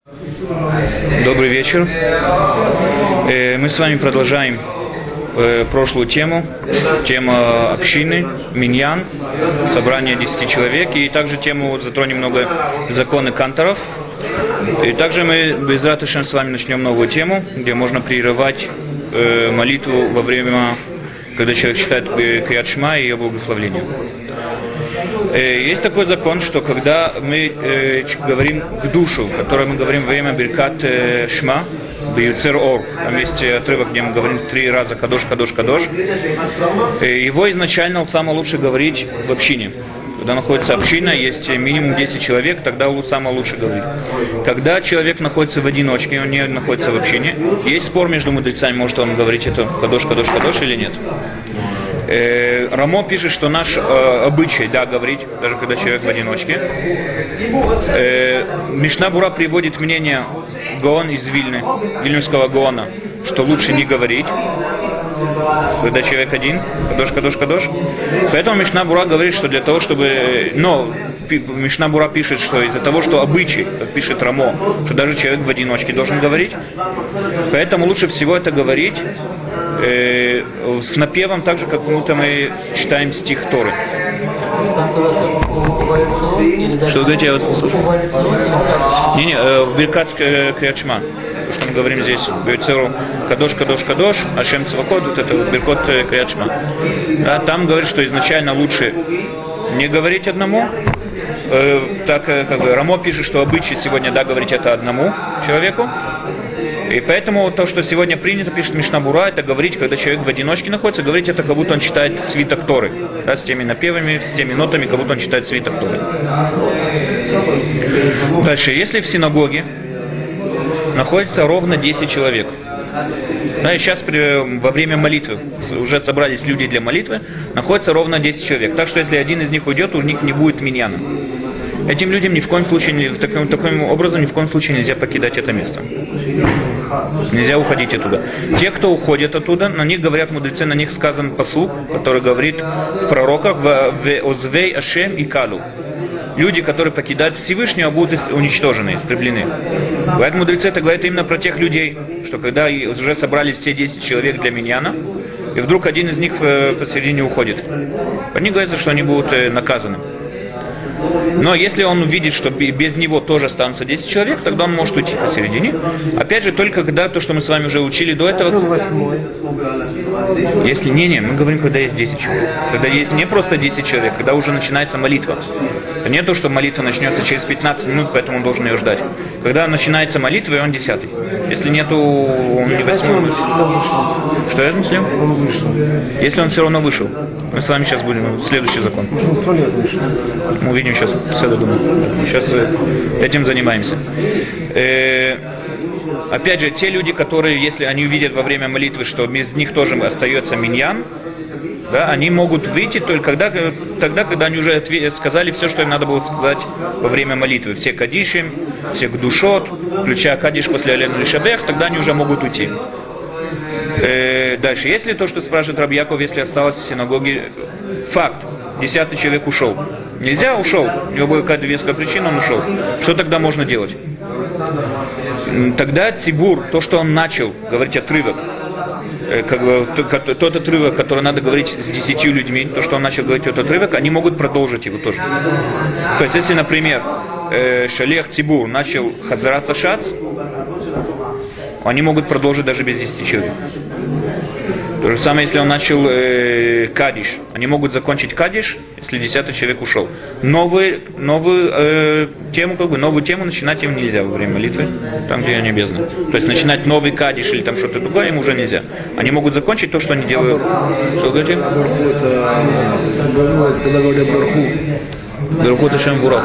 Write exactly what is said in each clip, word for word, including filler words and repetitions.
Добрый вечер. Мы с вами продолжаем прошлую тему, тема общины, миньян, собрание десяти человек, и также тему затронем много законы канторов. И также мы без ратышем с вами начнем новую тему, где можно прерывать молитву во время, когда человек читает Крият Шма и ее благословление. Есть такой закон, что когда мы э, говорим к душу, который мы говорим во время Биркат э, Шма, Бьюцер Ор, там есть отрывок, где мы говорим три раза Кадош, Кадош, Кадош, э, его изначально самое лучше говорить в общине. Когда находится община, есть минимум десять человек, тогда самое лучше говорить. Когда человек находится в одиночке, он не находится в общине, есть спор между мудрецами, может он говорить это Кадош, Кадош, Кадош или нет. Э, Рамо пишет, что наш э, обычай, да, говорить, даже когда человек в одиночке. Э, Мишна Бура приводит мнение Гаон из Вильны, вильнюсского Гаона, что лучше не говорить, когда человек один, Кадош, Кадош, Кадош. Поэтому Мишна Бура говорит, что для того, чтобы... Но Мишна Бура пишет, что из-за того, что обычай, как пишет Рамо, что даже человек в одиночке должен говорить, поэтому лучше всего это говорить э, с напевом, так же, как будто мы читаем стих Торы. Что вы говорите, я вас не слушаю. Не-не, э, в Биркат Крият Шма, что мы говорим здесь, Бьюцеру Кадош, Кадош, Кадош, Ашем Цвакот, вот это Биркот Крият Шма. Да, там говорит, что изначально лучше не говорить одному. Э, так как бы Рамо пишет, что обычай сегодня, да, говорить это одному человеку. И поэтому то, что сегодня принято, пишет Мишна Бура, это говорить, когда человек в одиночке находится, говорить это, как будто он читает свиток Торы. Да, с теми напевами, с теми нотами, как будто он читает свиток Торы. Дальше, если в синагоге находится ровно десять человек, да, и сейчас при, во время молитвы, уже собрались люди для молитвы, находится ровно десять человек. Так что если один из них уйдет, у них не будет миньяна. Этим людям ни в коем случае, таким, таким образом, ни в коем случае нельзя покидать это место. Нельзя уходить оттуда. Те, кто уходит оттуда, на них говорят мудрецы, на них сказан пасук, который говорит в пророках в Озвей Ашем и Калу. Люди, которые покидают Всевышнего, будут уничтожены, истреблены. Поэтому мудрецы это говорят именно про тех людей, что когда уже собрались все десять человек для миньяна, и вдруг один из них посередине уходит, по ним говорится, что они будут наказаны. Но если он увидит, что без него тоже останутся десять человек, тогда он может уйти посередине. Опять же, только когда то, что мы с вами уже учили до этого. Если не, не, мы говорим, когда есть десять человек. Когда есть не просто десять человек, когда уже начинается молитва. Не то, что молитва начнется через пятнадцать минут, поэтому он должен ее ждать. Когда начинается молитва, и он десятый. Если нету, он не восьмой. Что я мыслю? Он вышел. Если он все равно вышел. Мы с вами сейчас будем, следующий закон. Мы увидим сейчас, седа думаю. Сейчас этим занимаемся. Э, опять же, те люди, которые, если они увидят во время молитвы, что без них тоже остается миньян, да, они могут выйти только когда, тогда, когда они уже сказали все, что им надо было сказать во время молитвы. Все кадиши, все гдушот, включая кадиш после Алену Лишабех, тогда они уже могут уйти. Э, дальше, если то, что спрашивает Рабби Яков, если осталось в синагоге, факт, десятый человек ушел. Нельзя, ушел, у него была какая-то веская причина, он ушел. Что тогда можно делать? Тогда цибур, то, что он начал говорить отрывок, как бы, тот отрывок, который надо говорить с десятью людьми, то, что он начал говорить этот отрывок, они могут продолжить его тоже. То есть, если, например, шалех цибур начал хазара сашац, они могут продолжить даже без десяти человек. То же самое, если он начал э, кадиш. Они могут закончить кадиш, если десятый человек ушел. Новую, новую э, тему, как бы, новую тему начинать им нельзя во время молитвы, там, где они обязаны. То есть начинать новый кадиш или там что-то другое им уже нельзя. Они могут закончить то, что они делают. Что говорите? Это, когда говорят барху. Барху Ташем Бурах.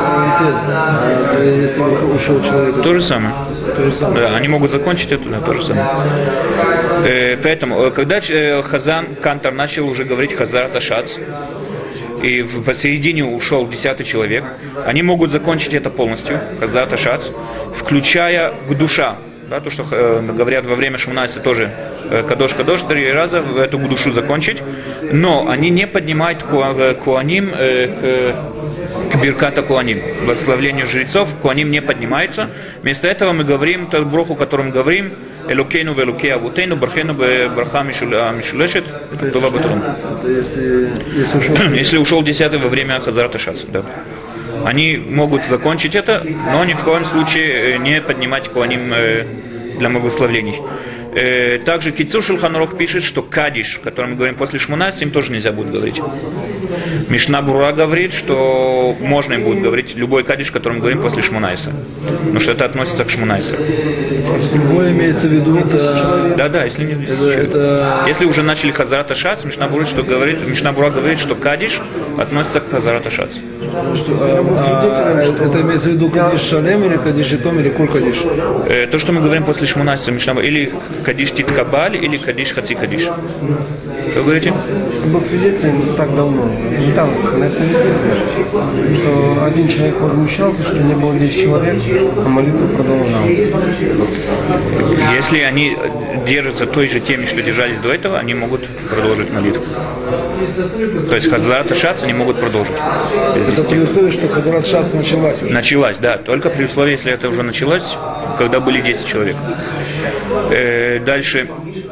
Если ушел человек. То же самое. То же самое. Да, они могут закончить это, да, то же самое. Э, поэтому, когда э, Хазан Кантор начал уже говорить Хазар Ташац, и посередине ушел десятый человек, они могут закончить это полностью, Хазар Ташац, включая к душа. Да, то, что э, говорят во время Шмонайса тоже э, Кадош Кадош три раза в эту душу закончить, но они не поднимают куаним э, к к Бирката Куаним, благословлению жрецов, Куаним не поднимается. Вместо этого мы говорим тот броху, о котором мы говорим, Элокейну велокей авутейну, бархену браха мишулешет, была бы трудно. Если, если ушел... Если ушел десятый во время Хазарата Шац, да. Они могут закончить это, но ни в коем случае не поднимать Куаним для благословлений. Также Кицур Шулхан Арух пишет, что кадиш, о котором мы говорим после Шмонайса, им тоже нельзя будет говорить. Мишна Брура говорит, что можно им будет говорить любой кадиш, о котором мы говорим после Шмонайса. Потому что это относится к Шмонайсу. Любой имеется в виду это... Да, да, если не это, это... Если уже начали Хазарат Шац, Мишна Брура что говорит, Мишна Брура говорит, что кадиш относится к Хазарат Шац. Что, а, а, это имеется в виду кадиш шалем или кадиш итом или куль кадиш? То, что мы говорим после Шмонайса, Мишна Брура, или Кадиш Титкабаль или Кадиш Хаци Кадиш. Что говорите? Я был свидетелем не так давно, не там, на этой неделе даже, что один человек возмущался, что не было десять человек, а молитва продолжалась. Если они держатся той же теме, что держались до этого, они могут продолжить молитву. То есть Хазарат Шац они могут продолжить. Это при условии, что Хазарат Шац началась уже. Началась, да. Только при условии, если это уже началось, когда были десять человек. Э, дальше.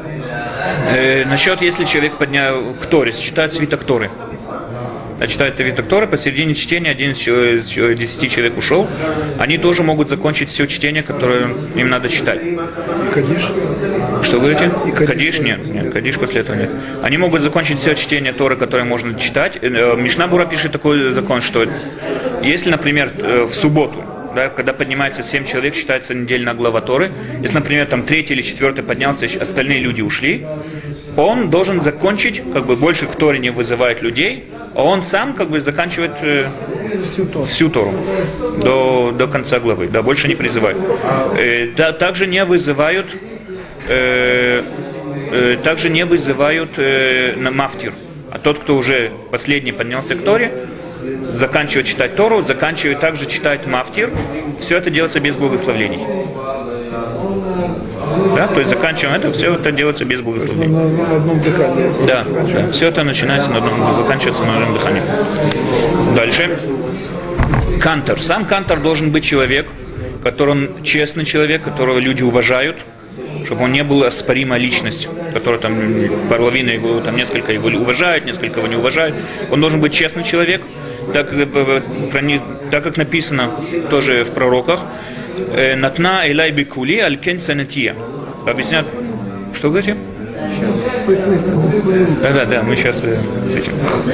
Э, насчет, если человек поднял к Торе, читает свиток Торы. А читают свиток Торы, посередине чтения один из десяти человек ушел. Они тоже могут закончить все чтение, которое им надо читать. И кадиш? Что говорите? И кадиш? Кадиш? Нет, нет, кадиш после этого нет. Они могут закончить все чтение Торы, которое можно читать. Мишна Бура пишет такой закон, что если, например, в субботу, да, когда поднимается семь человек, считается недельная глава Торы. Если, например, там третий или четвертый поднялся, остальные люди ушли, он должен закончить, как бы больше к Торе не вызывает людей, а он сам как бы заканчивает э, всю, Тору. всю Тору до, до конца главы, да, больше не призывают. Э, да, также не вызывают, э, э, также не вызывают э, на мафтир, а тот, кто уже последний поднялся к Торе, заканчивает читать Тору, заканчивает также читать мафтир, все это делается без благословений. Да, то есть заканчиваем это, все это делается без благословения. На, на одном дыхании. Да, да, все это начинается на одном, заканчивается на одном дыхании. Дальше. Кантор. Сам кантор должен быть человек, который он честный человек, которого люди уважают, чтобы он не был оспоримая личность, которая там половина его, там несколько его уважают, несколько его не уважают. Он должен быть честный человек, так, так как написано тоже в пророках. Натна элай бикули алькен цанатия. Объяснят, что говорите? Да, да, да, мы сейчас э, с этим.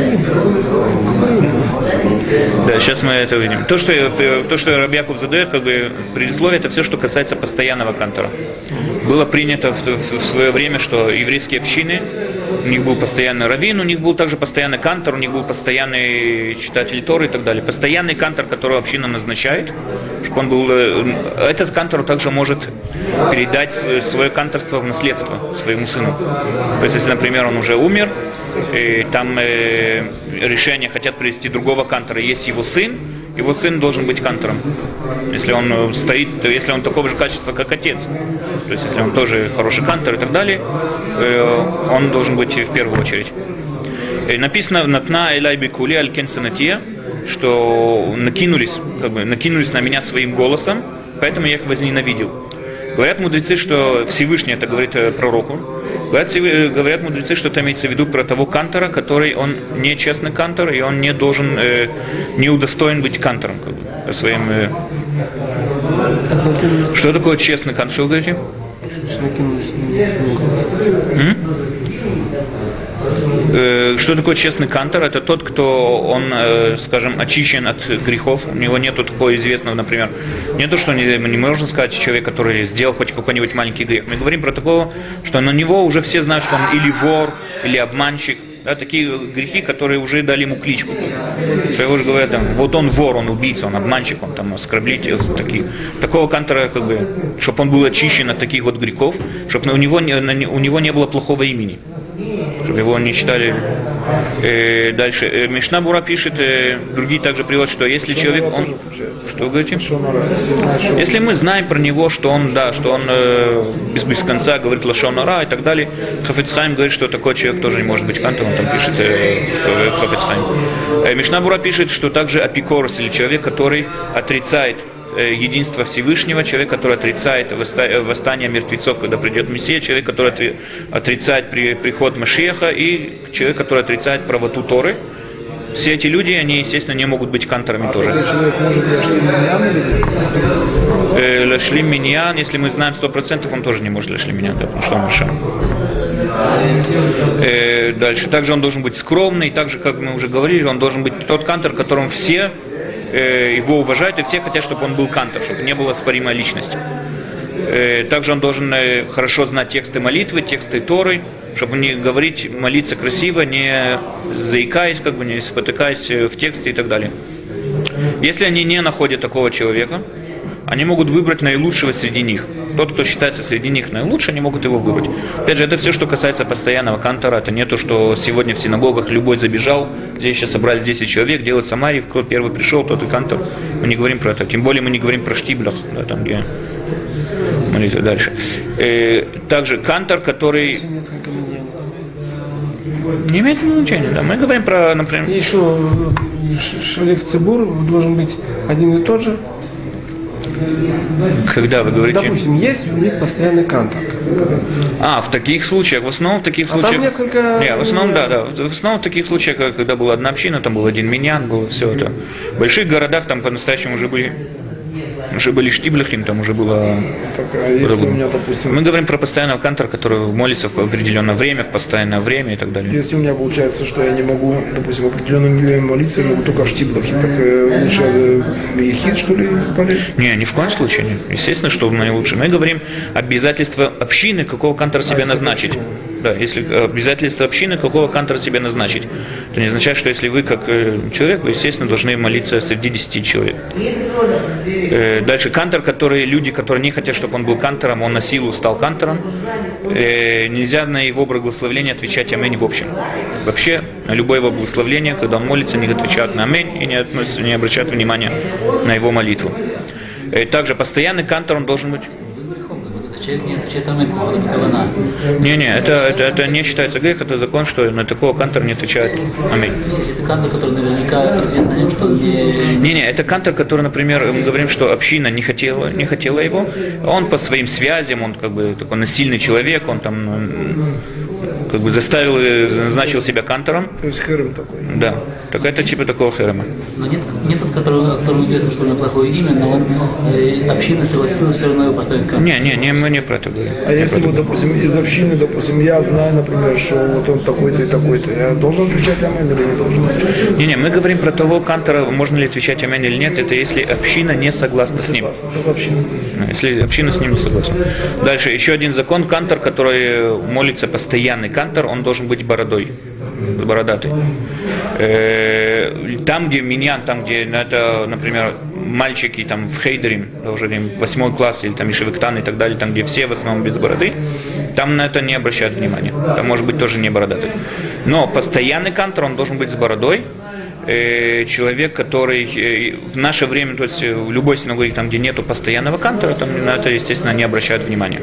Да, сейчас мы это увидим. То, что, то, что Рабби Яков задает, как бы предисловие, это все, что касается постоянного кантора. Было принято в, в, в свое время, что еврейские общины, у них был постоянный раввин, у них был также постоянный кантор, у них был постоянный читатель Торы и так далее. Постоянный кантор, которого община назначает, чтобы он был. Этот кантор также может передать свое канторство в наследство своему сыну. То есть, если, например, он уже умер, и там э, решение хотят привести другого кантора, есть его сын, его сын должен быть кантором. Если он стоит, то если он такого же качества, как отец, то есть, если он тоже хороший кантор и так далее, э, он должен быть в первую очередь. И написано «Натна элай бикули аль-кен санатия», что накинулись, как бы, накинулись на меня своим голосом, поэтому я их возненавидел. Говорят мудрецы, что Всевышний это говорит пророку. Говорят, говорят мудрецы, что это имеется в виду про того кантора, который он не честный кантор, и он не должен, э, не удостоен быть кантором, как бы, своим. Э... Что такое честный кантор? Что вы говорите? Что такое честный кантор? Это тот, кто, он, скажем, очищен от грехов. У него нету такого известного, например, нету, что не, не можно сказать человек, который сделал хоть какой-нибудь маленький грех. Мы говорим про такого, что на него уже все знают, что он или вор, или обманщик. Да, такие грехи, которые уже дали ему кличку. Что его уже говорят, там, вот он вор, он убийца, он обманщик, он там оскорблитель. Такие. Такого кантора, как бы, чтобы он был очищен от таких вот грехов, чтобы у него, у него не было плохого имени. чтобы его не читали. Э, дальше. Э, Мишна Бура пишет, э, другие также приводят, что если человек, он, что вы говорите? Если мы знаем про него, что он, да, что он э, без, без конца говорит лашон ара и так далее, Хафец Хаим говорит, что такой человек тоже не может быть кантором, он там пишет э, Хафец Хаим. Э, Мишна Бура пишет, что также апикорус, или человек, который отрицает единство Всевышнего, человек, который отрицает восстание мертвецов, когда придет Мессия, человек, который отрицает приход Машиаха, и человек, который отрицает правоту Торы. Все эти люди, они, естественно, не могут быть канторами а тоже. Человек может ляшлим миньян или нет? Ляшлим миньян, если мы знаем сто процентов, он тоже не может ляшлим миньян, да, потому что он решен. Э, дальше. Также он должен быть скромный, так же, как мы уже говорили, он должен быть тот кантор, которым все э, его уважают, и все хотят, чтобы он был кантор, чтобы не была споримая личность. Э, также он должен э, хорошо знать тексты молитвы, тексты Торы, чтобы не говорить, молиться красиво, не заикаясь, как бы не спотыкаясь в тексте и так далее. Если они не находят такого человека, они могут выбрать наилучшего среди них. Тот, кто считается среди них наилучшим, они могут его выбрать. Опять же, это все, что касается постоянного кантора. Это не то, что сегодня в синагогах любой забежал, где сейчас собрались десять человек, делать Самарий, кто первый пришел, тот и кантор. Мы не говорим про это. Тем более мы не говорим про штиблях, да, там где молитва дальше. Э, также кантор, который... Не имеет значения, да. Мы говорим про, например... И еще шалих цибур должен быть один и тот же. Когда вы говорите? Допустим, есть у них постоянный кантор. А, в таких случаях, в основном в таких а случаях... Там несколько... Не, в основном, да, да. В основном в таких случаях, когда была одна община, там был один миньян, было все это. В больших городах там по-настоящему уже были... Уже были штиблихим, там уже было... Так, а если у меня, допустим... Мы говорим про постоянного кантора, который молится в определенное время, в постоянное время и так далее. Если у меня получается, что я не могу, допустим, в определенном время молиться, я могу только в штиблахе, так э, лучше э, ехид, что ли, полить? Не, ни в коем случае нет. Естественно, что наилучше. Мы говорим обязательство общины, какого кантора себе а, назначить. Да, если обязательство общины, какого кантора себе назначить. Это не означает, что если вы как э, человек, вы, естественно, должны молиться среди десяти человек. Э, дальше кантор, который, люди, которые не хотят, чтобы он был кантором, он на силу стал кантором. Э, нельзя на его благословление отвечать аминь в общем. Вообще, на любое его благословление, когда он молится, не отвечают на аминь и не, относят, не обращают внимания на его молитву. Э, также постоянный кантор, он должен быть... Человек не отвечает аминь, когда бахавана. Не-не, это, это, это не считается грех, это закон, что на такого кантора не отвечает аминь. То есть, если это кантор, который наверняка известно о нем, что он не... Не-не, это кантор, который, например, мы говорим, что община не хотела, не хотела его, он по своим связям, он как бы такой насильный человек, он там как бы заставил, назначил себя кантором. То есть херем такой. Да, так это типа такого херема. Но нет, нет тот, который, которому известно, что у него плохое имя, но он, э, община согласилась все равно его поставить кантором. Не, не, не, мы не про это говорим. А если вот, допустим, из общины, допустим, я знаю, например, что вот он такой-то и такой-то, я должен отвечать аминь или не должен отвечать? Не-не, мы говорим про того кантора, можно ли отвечать аминь или нет, это если община не согласна с ним. Община. Если община с ним не согласна. Дальше, еще один закон, кантор, который молится постоянный кантор, он должен быть бородой, бородатый. Там, где миньян, там, где, это, например, мальчики там в хейдерим, уже восьмой класс, или там ишевиктан и так далее, там, где все в основном без бороды, там на это не обращают внимания. Там может быть тоже не бородатый. Но постоянный кантор, он должен быть с бородой. Человек, который в наше время, то есть в любой синагоге, там, где нету постоянного кантора, там на это, естественно, не обращают внимания.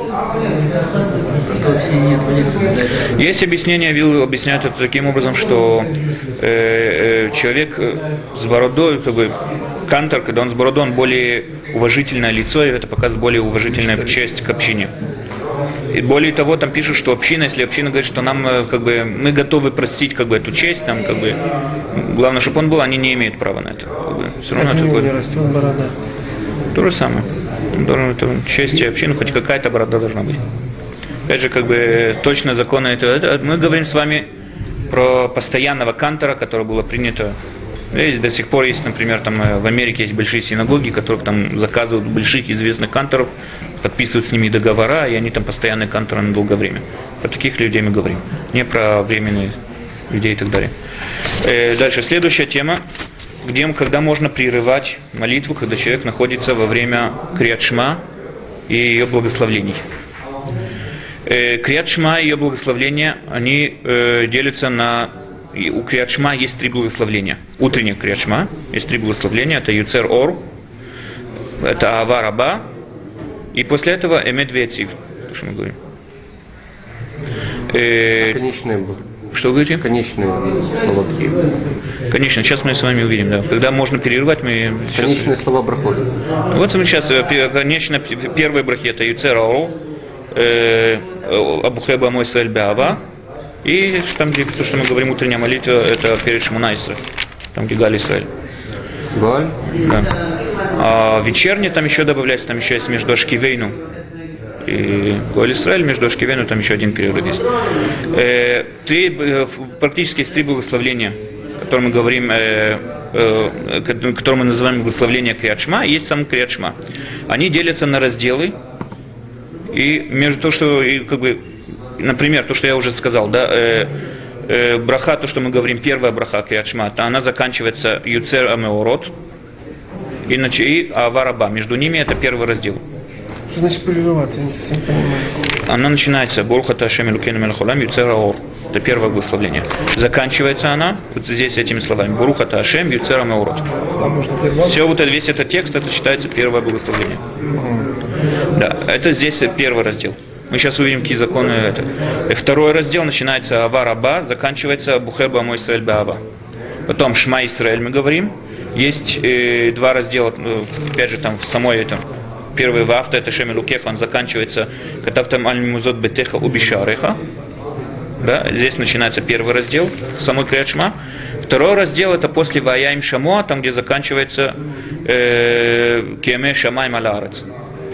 Есть объяснение, Вилл объясняет это таким образом, что э, э, человек с бородой, как бы, кантор, когда он с бородой, он более уважительное лицо, и это показывает более уважительную честь к общине. И более того, там пишут, что община, если община говорит, что нам, как бы, мы готовы простить, как бы, эту честь, нам, как бы, главное, чтобы он был, они не имеют права на это. Как бы, все равно это не растет борода. То же самое. Должен, это, честь общины, хоть какая-то борода должна быть. Опять же, как бы, точно законы это, это. Мы говорим с вами про постоянного кантора, которое было принято. Здесь до сих пор есть, например, там в Америке есть большие синагоги, которых там заказывают больших известных канторов, подписывают с ними договора, и они там постоянные канторы на долгое время. Про таких людей мы говорим, не про временных людей и так далее. Э, дальше, следующая тема, где, когда можно прерывать молитву, когда человек находится во время Криат Шма и ее благословлений. Э, Криат Шма и ее благословления, они э, делятся на... И у Криат Шма есть три благословления. Утренний Криат Шма есть три благословления. Это Юцер Ор, это Ава Раба, и после этого Эмет Веатив, то, что мы говорим. Э, Конечные были. Что вы говорите? Конечные слова какие? Конечно, сейчас мы с вами увидим, да. Когда можно перерывать, мы сейчас... Конечные слова брахот. Вот мы сейчас, конечно, первые брахи это Юцер Ор, Абухеба Мой Исраэль Беава, и там, где то, что мы говорим, утренняя молитва, это перед Шмона Исраэль, там, где Галь Исраэль. Галь? Да. А вечерний там еще добавляется, там еще есть между Ашкивейну и Галь Исраэль, между Ашкивейну там еще один перерыв есть. Э, три, практически есть три благословления, которые мы говорим, э, э, которые мы называем благословление Криат Шма, и есть сам Криат Шма. Они делятся на разделы, и между то, что, и, как бы, например, то, что я уже сказал, да, э, э, браха, то, что мы говорим, первая браха Криат Шма, она заканчивается Юцер Амеорот, и, и Ава Раба. Между ними это первый раздел. Что значит прерываться? Я не совсем понимаю. Она начинается Борух ата Ашем Элокейну мелech хаолам Юцер Аор. Это первое благословение. Заканчивается она вот здесь этими словами. Борух ата Ашем Юцер Амеорот. Все вот это, весь этот текст, это считается первое благословение. Да, это здесь первый раздел. Мы сейчас увидим, какие законы это. Второй раздел начинается Ава Раба, заканчивается Бухеба Мой Исраэль Беава. Потом Шма Исраэль мы говорим. Есть э, два раздела, ну, опять же, там в самой этом. Первый Вафта, это Шем Элокеха, он заканчивается Катавтам аль мимузот бетеха убишареха. Да, здесь начинается первый раздел, самой Криат Шма. Второй раздел это после Ваяим Шамоа, там где заканчивается Кеме Шамаим аль-Арец.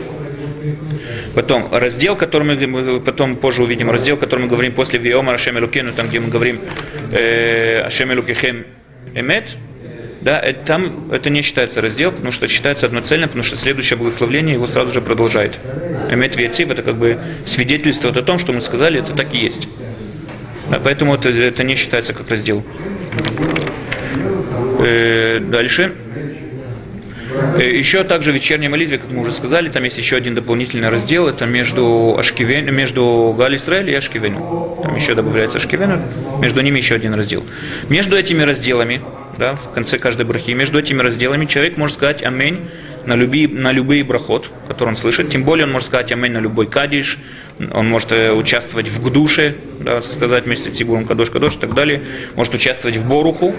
Потом раздел, который мы потом позже увидим, раздел, который мы говорим после Виома Ашем Элокейну, там где мы говорим Ашем Элокехем Эмет. Да, это, там это не считается раздел, потому что считается одноцельно, потому что следующее благословление его сразу же продолжает. Эмет Веатив это как бы свидетельствует о том, что мы сказали, это так и есть. Да, поэтому это, это не считается как раздел. Э, дальше. Еще также в вечерней молитве, как мы уже сказали, там есть еще один дополнительный раздел, это между, Ашкивен, между Галь Исраэль и Ашкивену. Там еще добавляется Ашкивену, между ними еще один раздел. Между этими разделами, да, в конце каждой брахи, между этими разделами человек может сказать аминь на, люби, на любые брахот, которые он слышит, тем более он может сказать аминь на любой кадиш, он может участвовать в гдуше, да, сказать вместе с Цибуром кадош кадош и так далее, может участвовать в боруху.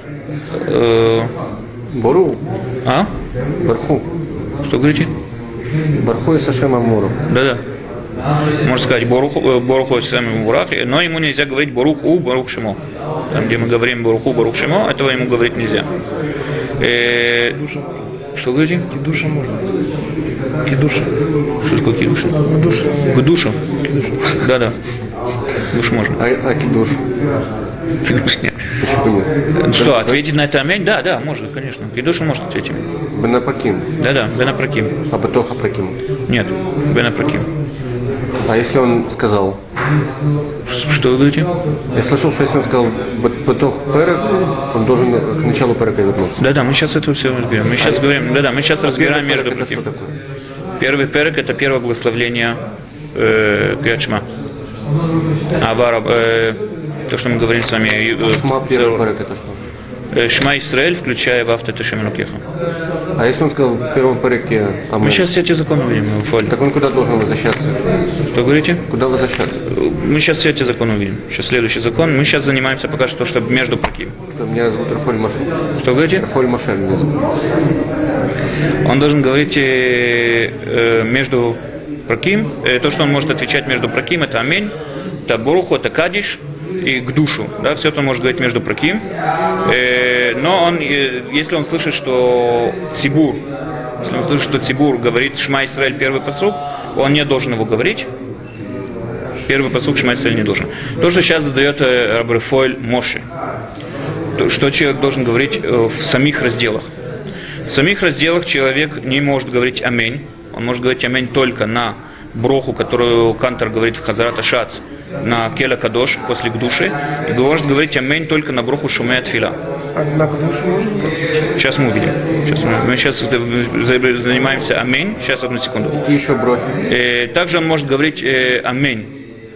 Бору? А? Барху. Что говорите? Барху и Сашем Амуру. Да-да. Можно сказать Боруху, Боруху Сашем Мурах, но ему нельзя говорить Боруху, Борух Шимо. Там, где мы говорим Боруху, Борух Шимо, этого ему говорить нельзя. Э, что говорите? Кидуша можно. Кидуша. Что такое кидуша? Кидуша. Кидуша? Да-да. Душ можно. А, а кидуш? Кидуш нет. Почему нет? Что, ответить на это аминь? Да, да, можно, конечно. Кидуш он может ответить. Бенапаким. Да-да, Бенапраким. А Бетоха Праким. Нет, Бенапраким. А если он сказал? Что вы говорите? Я слышал, что если он сказал Бетох Перек, он должен к началу Перека вернуться. Да-да, мы сейчас это все разберем. Мы сейчас говорим, да-да, мы сейчас разбираем между брахим. Первый перек это первое благословление э, Криат Шма. Ава, э, то, что мы говорим с вами. Э, Шма первый перек это что? Э, Шма Исраэль, включая Вафта Тешем Элокеха. А если он сказал в первом переке аминь? Мы сейчас все эти законы увидим. Так он куда должен возвращаться? Что говорите? Куда возвращаться? Мы сейчас все эти законы увидим. Сейчас следующий закон. Мы сейчас занимаемся пока что, чтобы между праким. Меня зовут Рафоль Машель. Что говорите? Рафоль Машель меня зовут. Он должен говорить э, э, между праким. Э, то, что он может отвечать между праким, это аминь, это боруху, это кадиш и к душу. Да, все это он может говорить между праким. Э, но он, э, если он слышит, что цибур, если он слышит, что цибур говорит Шма Исраэль первый пасук, он не должен его говорить. Первый пасук Шма Исраэль не должен. То, что сейчас задает э, Рабби Рафаэль Моше. То, что человек должен говорить э, в самих разделах. В самих разделах человек не может говорить аминь. Он может говорить аминь только на броху, которую Кантор говорит в Хазарат Ашац, на Келя Кадош после Гдуши. И может говорить аминь только на броху Шумея Тфила. А на Гдушу может отвечать? Сейчас мы увидим. Сейчас мы, мы сейчас занимаемся аминь. Сейчас, одну секунду. Какие еще брохи? Э, также он может говорить э, аминь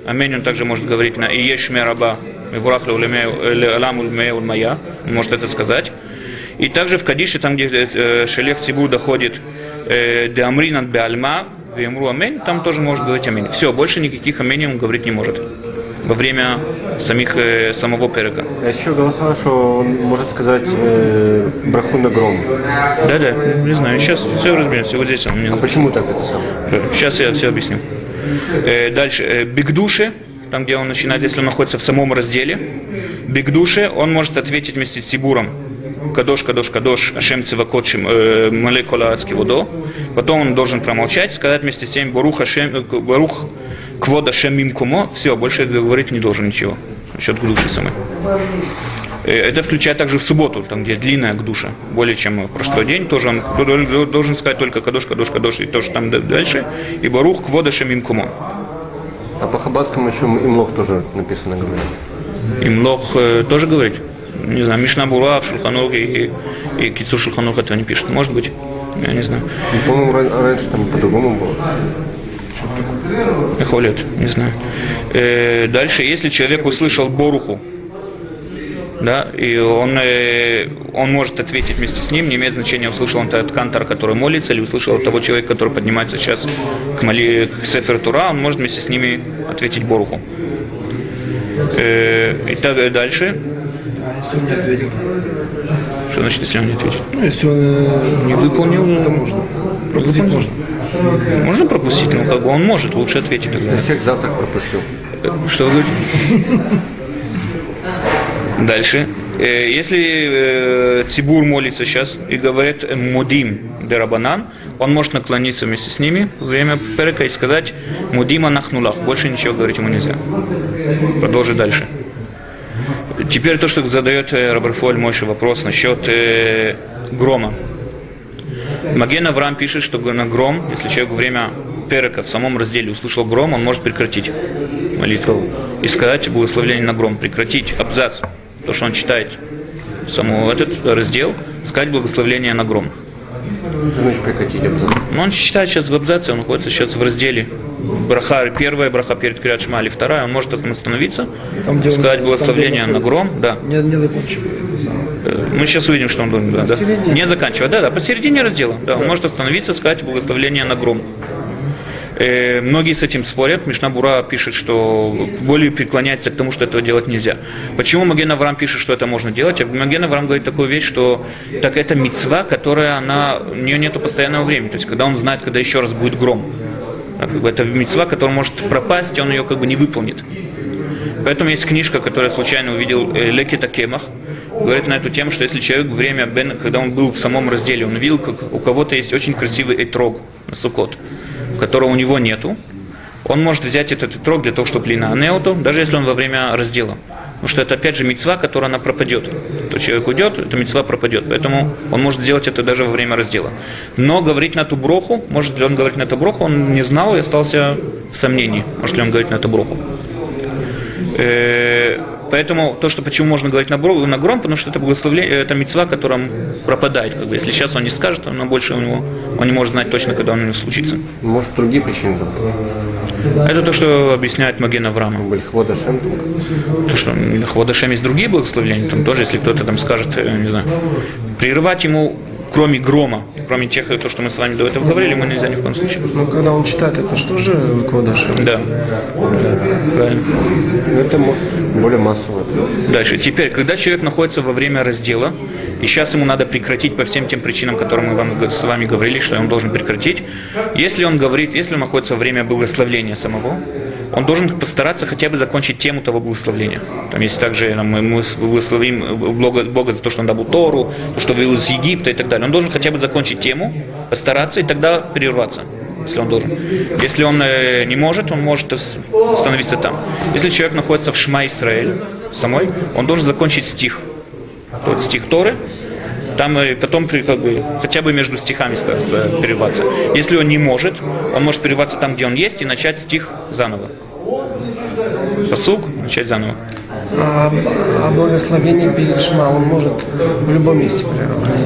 Аминь он также может говорить на «Иеш мераба, мивурах ле'алам улме'ул мая», он может это сказать. И также в Кадише, там, где э, Шелех Цибур доходит «Де амринан бе альма, вемру аминь», там тоже может говорить «Аминь». Все, больше никаких «Аминь» он говорить не может во время самих, э, самого перека. А еще Галаха, что он может сказать э, браху на гром. Да-да, не знаю, сейчас все разберемся, вот здесь он мне... А почему так это самое? Сейчас я все объясню. Э, дальше, э, бигдуше, там, где он начинает, если он находится в самом разделе, бигдуше, он может ответить вместе с Сибуром. Кадош, кадош, кадош, ашем цивакот мале кола адски водо. Потом он должен промолчать, сказать вместе с тем Барух ашем, Барух квод ашем мимкумо. Все, больше говорить не должен ничего. Насчет гдуши самой. Это включает также в субботу, там где длинная гдуша, более чем в прошлый день. Тоже он должен сказать только кадош, кадош, кадош, и тоже там дальше. И Барух квод ашем мимкумо. А по хаббатскому еще имлох тоже написано, говорит. Имлох э, тоже говорит? Не знаю, Мишна Бура, Шулханух и, и, и Кицур Шулханух этого не пишет. Может быть, я не знаю. Ну, по-моему, раньше там по-другому было. Холет, не знаю. Э, дальше, если человек услышал Боруху, да, и он, э, он может ответить вместе с ним, не имеет значения, услышал он это от кантора, который молится, или услышал от того человека, который поднимается сейчас к, моли, к Сефер Тура, он может вместе с ними ответить Боруху. Э, и так дальше. А если он не ответит? Что значит, если он не ответит? Ну, если он э, Не выполнил, то можно. Пропустить можно. Можно пропустить, но как бы он может, лучше ответить тогда. Если человек завтрак пропустил. Что вы говорите? Дальше. Если Цибур молится сейчас и говорит «Мудим де Рабанан», он может наклониться вместе с ними во время перека и сказать «Мудим анахнулах». Больше ничего говорить ему нельзя. Продолжи дальше. Теперь то, что задает Раберфоль Мойше вопрос насчет э, грома. Маген Авраам пишет, что на гром, если человек во время перека в самом разделе услышал гром, он может прекратить молитву и сказать благословение на гром, прекратить абзац, то, что он читает саму этот раздел, сказать благословение на гром. Что значит прекратить абзац? Но он читает сейчас в абзаце, он находится сейчас в разделе браха, первая браха перед Криат Шма или вторая, он может остановиться, Там, где он- сказать там, благословение где он на гром, да. Не, не закончим. это самое. Мы сейчас увидим, что он должен, да, да. Не заканчивать, да, да, посередине раздела, да, он может остановиться, сказать благословение на гром. Э, многие с этим спорят. Мишна Бура пишет, что более преклоняется к тому, что этого делать нельзя. Почему Маген Авраам пишет, что это можно делать? Маген Авраам говорит такую вещь, что так это мицва, которая она, у нее нет постоянного времени. То есть, когда он знает, когда еще раз будет гром. Так, как бы это мицва, которая может пропасть, и он ее как бы не выполнит. Поэтому есть книжка, которую я случайно увидел, Лекет Акемах, говорит на эту тему, что если человек во время, когда он был в самом разделе, он видел, как у кого-то есть очень красивый этрог на Суккот, которого у него нету, он может взять этот этрог для того, чтобы лина неоту, даже если он во время раздела. Потому что это опять же мицва, которая она пропадет. То человек уйдет, эта мицва пропадет. Поэтому он может сделать это даже во время раздела. Но говорить на ту броху, может ли он говорить на ту броху, он не знал и остался в сомнении, может ли он говорить на ту броху. Поэтому то, что почему можно говорить на, бро, на гром, потому что это благословение, это мицва, которая пропадает. Как бы. Если сейчас он не скажет, но больше у него, он не может знать точно, когда он случится. Может, другие причины там? Это то, что объясняет Маген Авраам. Хвод Ашем. То, что Хвод Ашем есть другие благословения, там тоже, если кто-то там скажет, не знаю, прерывать ему, кроме грома, кроме тех, то, что мы с вами до этого говорили, ему нельзя ни в коем случае. Ну, когда он читает, это что же Кодаш? Да. Да, правильно. Это может более массово. Дальше. Теперь, когда человек находится во время раздела, и сейчас ему надо прекратить по всем тем причинам, которые мы вам, с вами говорили, что он должен прекратить, если он говорит, если он находится во время благословления самого, он должен постараться хотя бы закончить тему того благословления. Там есть также, мы, мы благословим Бога, Бога за то, что он дал Тору, то, что вывел из Египта и так далее. Он должен хотя бы закончить тему, постараться и тогда прерваться, если он должен. Если он э, не может, он может остановиться там. Если человек находится в Шма Исраэль самой, он должен закончить стих. Тот стих Торы, там и потом как бы, хотя бы между стихами прерваться. Если он не может, он может прерваться там, где он есть, и начать стих заново. Пасук, начать заново. А, а благословение перед Шма, он может в любом месте прерваться.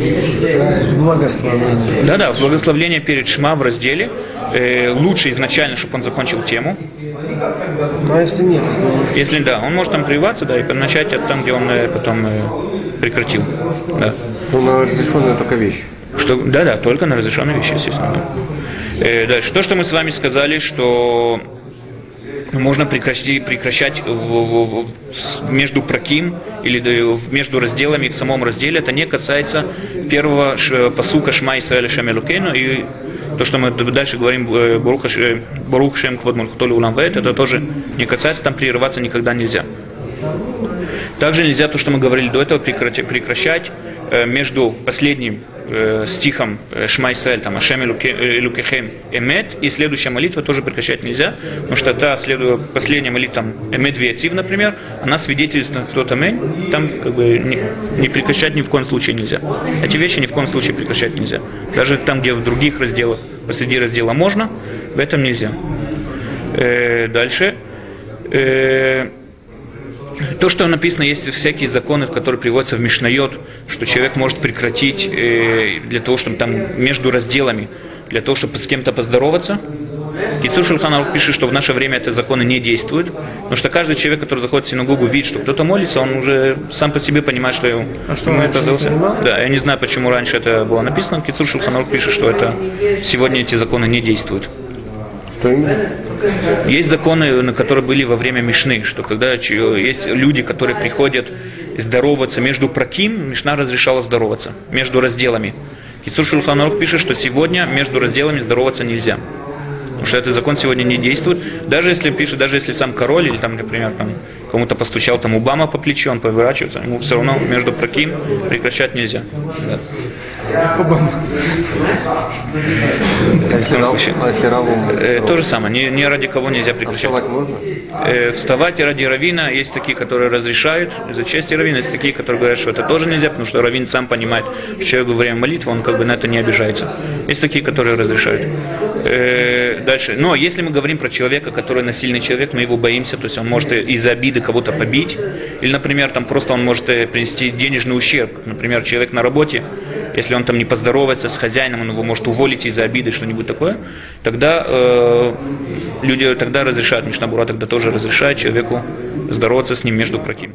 Благословение. Да-да, благословление перед Шма в разделе. Э, лучше изначально, чтобы он закончил тему. Ну, а если нет, если он... Если да, он может там прерваться, да, и начать от там, где он э, потом э, прекратил. Да. Ну, на разрешенная только вещь. Что, да-да, только на разрешенные вещи, естественно. Да. Э, дальше. То, что мы с вами сказали, что можно прекращать, прекращать в, в, в, между праким или между разделами в самом разделе. Это не касается первого ш, пасука Шма Исраэль Шем Элокейну. И то, что мы дальше говорим, Барух Шем Квод Мальхут Улам Ваэт, это тоже не касается, там прерываться никогда нельзя. Также нельзя то, что мы говорили до этого, прекращать между последним э, стихом Шма Исраэль, там Ашем Элукехем Эмет, и следующая молитва тоже прекращать нельзя, потому что та следует, последняя молитва, там Эмет Виатив, например, она свидетельствует на тот Амень, там как бы не, не прекращать ни в коем случае нельзя. Эти вещи ни в коем случае прекращать нельзя. Даже там, где в других разделах, посреди раздела можно, в этом нельзя. Э, дальше. Э, То, что написано, есть всякие законы, которые приводятся в Мишнайот, что человек может прекратить э, для того, чтобы там между разделами, для того, чтобы с кем-то поздороваться. Кицур Шульхан Арух пишет, что в наше время эти законы не действуют, потому что каждый человек, который заходит в синагогу, видит, что кто-то молится, он уже сам по себе понимает, что ему, а что, ему это не Да, я не знаю, почему раньше это было написано. Кицур Шульхан Арух пишет, что это сегодня эти законы не действуют. Что именно? Есть законы, которые были во время Мишны, что когда есть люди, которые приходят здороваться между праким, Мишна разрешала здороваться между разделами. Кицур Шульхан Арух пишет, что сегодня между разделами здороваться нельзя. Потому что этот закон сегодня не действует. Даже если пишет, даже если сам король или там, например, там, кому-то постучал там Обама по плечу, он поворачивается, ему все равно между праким прекращать нельзя. Да. А если, рав, а если раву? Э, то же самое, не, не ради кого нельзя прекращать. А вставать можно? Э, вставать ради раввина, есть такие, которые разрешают, из-за чести раввина, есть такие, которые говорят, что это тоже нельзя, потому что раввин сам понимает, что человек во время молитвы, он как бы на это не обижается. Есть такие, которые разрешают. Э, дальше, но если мы говорим про человека, который насильный человек, мы его боимся, то есть он может из-за обиды кого-то побить, или, например, там просто он может принести денежный ущерб, например, человек на работе, если он там не поздоровается с хозяином, он его может уволить из-за обиды, что-нибудь такое, тогда э, люди тогда разрешают, Мишна Бура тогда тоже разрешает человеку здороваться с ним между праким.